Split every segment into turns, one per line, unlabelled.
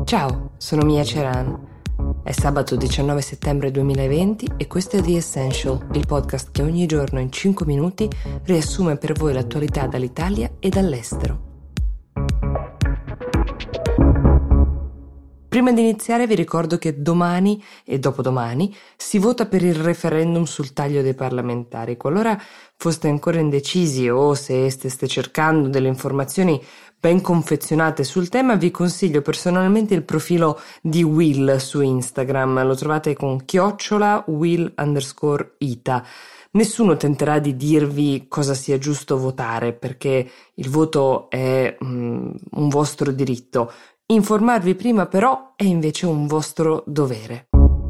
Ciao, sono Mia Ceran. È sabato 19 settembre 2020 e questo è The Essential, il podcast che ogni giorno in 5 minuti riassume per voi l'attualità dall'Italia e dall'estero. Prima di iniziare vi ricordo che domani e dopodomani si vota per il referendum sul taglio dei parlamentari. Qualora foste ancora indecisi o se steste cercando delle informazioni ben confezionate sul tema, vi consiglio personalmente il profilo di Will su Instagram. Lo trovate con @Will_Ita. Nessuno tenterà di dirvi cosa sia giusto votare, perché il voto è un vostro diritto. Informarvi prima però è invece un vostro dovere.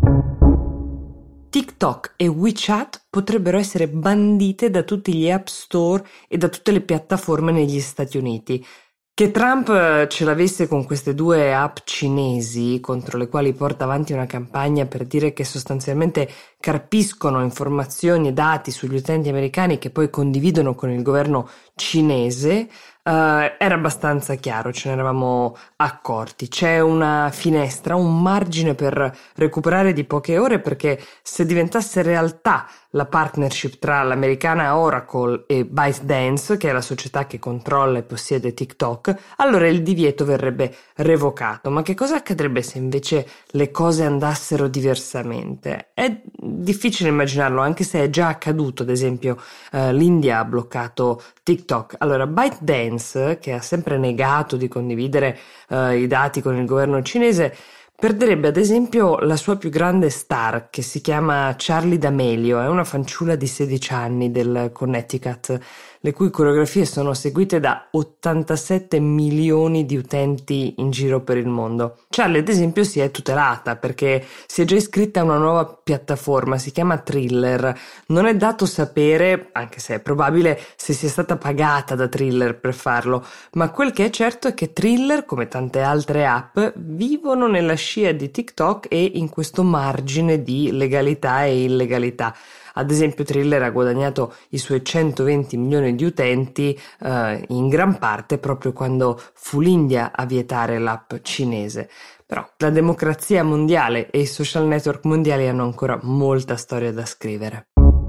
TikTok e WeChat potrebbero essere bandite da tutti gli App Store e da tutte le piattaforme negli Stati Uniti. Che Trump ce l'avesse con queste due app cinesi contro le quali porta avanti una campagna per dire che sostanzialmente carpiscono informazioni e dati sugli utenti americani che poi condividono con il governo cinese, era abbastanza chiaro, ce ne eravamo accorti. C'è una finestra, un margine per recuperare di poche ore, perché se diventasse realtà la partnership tra l'americana Oracle e ByteDance, che è la società che controlla e possiede TikTok, allora il divieto verrebbe revocato. Ma che cosa accadrebbe se invece le cose andassero diversamente? È difficile immaginarlo, anche se è già accaduto. Ad esempio, l'India ha bloccato TikTok. Allora, ByteDance, che ha sempre negato di condividere i dati con il governo cinese, perderebbe ad esempio la sua più grande star, che si chiama Charli D'Amelio. È una fanciulla di 16 anni del Connecticut, le cui coreografie sono seguite da 87 milioni di utenti in giro per il mondo. Charli ad esempio si è tutelata perché si è già iscritta a una nuova piattaforma, si chiama Triller. Non è dato sapere, anche se è probabile, se sia stata pagata da Triller per farlo, ma quel che è certo è che Triller, come tante altre app, vivono nella scia di TikTok e in questo margine di legalità e illegalità. Ad esempio Triller ha guadagnato i suoi 120 milioni di utenti in gran parte proprio quando fu l'India a vietare l'app cinese. Però la democrazia mondiale e i social network mondiali hanno ancora molta storia da scrivere.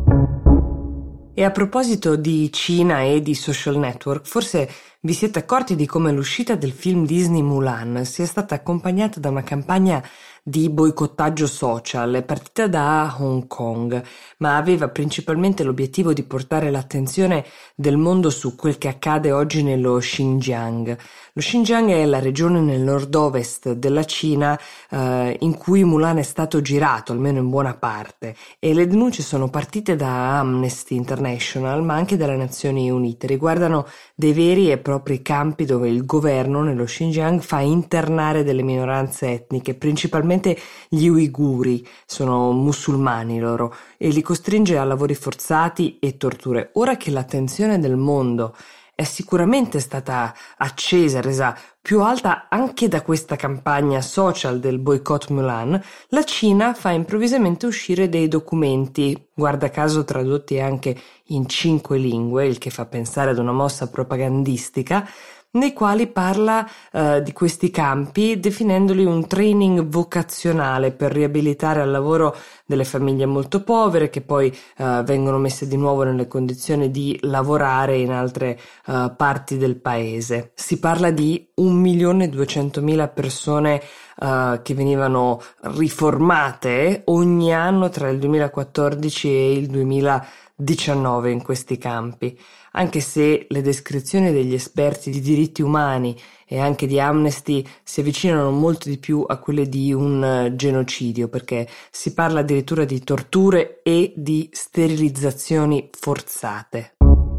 E a proposito di Cina e di social network, forse vi siete accorti di come l'uscita del film Disney Mulan sia stata accompagnata da una campagna di boicottaggio social. È partita da Hong Kong, ma aveva principalmente l'obiettivo di portare l'attenzione del mondo su quel che accade oggi nello Xinjiang. Lo Xinjiang è la regione nel nord-ovest della Cina in cui Mulan è stato girato, almeno in buona parte, e le denunce sono partite da Amnesty International, ma anche dalle Nazioni Unite. Riguardano dei veri e propri campi dove il governo nello Xinjiang fa internare delle minoranze etniche, principalmente gli uiguri, sono musulmani loro, e li costringe a lavori forzati e torture. Ora che l'attenzione del mondo è sicuramente stata accesa, resa più alta anche da questa campagna social del boycott Mulan, la Cina fa improvvisamente uscire dei documenti, guarda caso tradotti anche in 5 lingue, il che fa pensare ad una mossa propagandistica, nei quali parla di questi campi definendoli un training vocazionale per riabilitare al lavoro delle famiglie molto povere che poi vengono messe di nuovo nelle condizioni di lavorare in altre parti del paese. Si parla di 1.200.000 persone che venivano riformate ogni anno tra il 2014 e il 2019 in questi campi, anche se le descrizioni degli esperti di diritti umani e anche di Amnesty si avvicinano molto di più a quelle di un genocidio, perché si parla addirittura di torture e di sterilizzazioni forzate.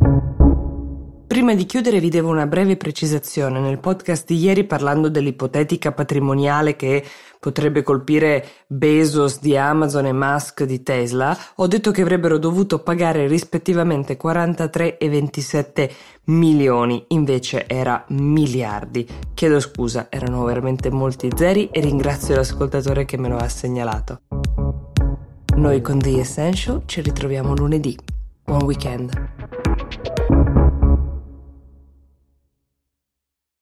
Prima di chiudere vi devo una breve precisazione. Nel podcast di ieri, parlando dell'ipotetica patrimoniale che potrebbe colpire Bezos di Amazon e Musk di Tesla, ho detto che avrebbero dovuto pagare rispettivamente 43 e 27 milioni, invece era miliardi. Chiedo scusa, erano veramente molti zeri e ringrazio l'ascoltatore che me lo ha segnalato. Noi con The Essential ci ritroviamo lunedì. Buon weekend.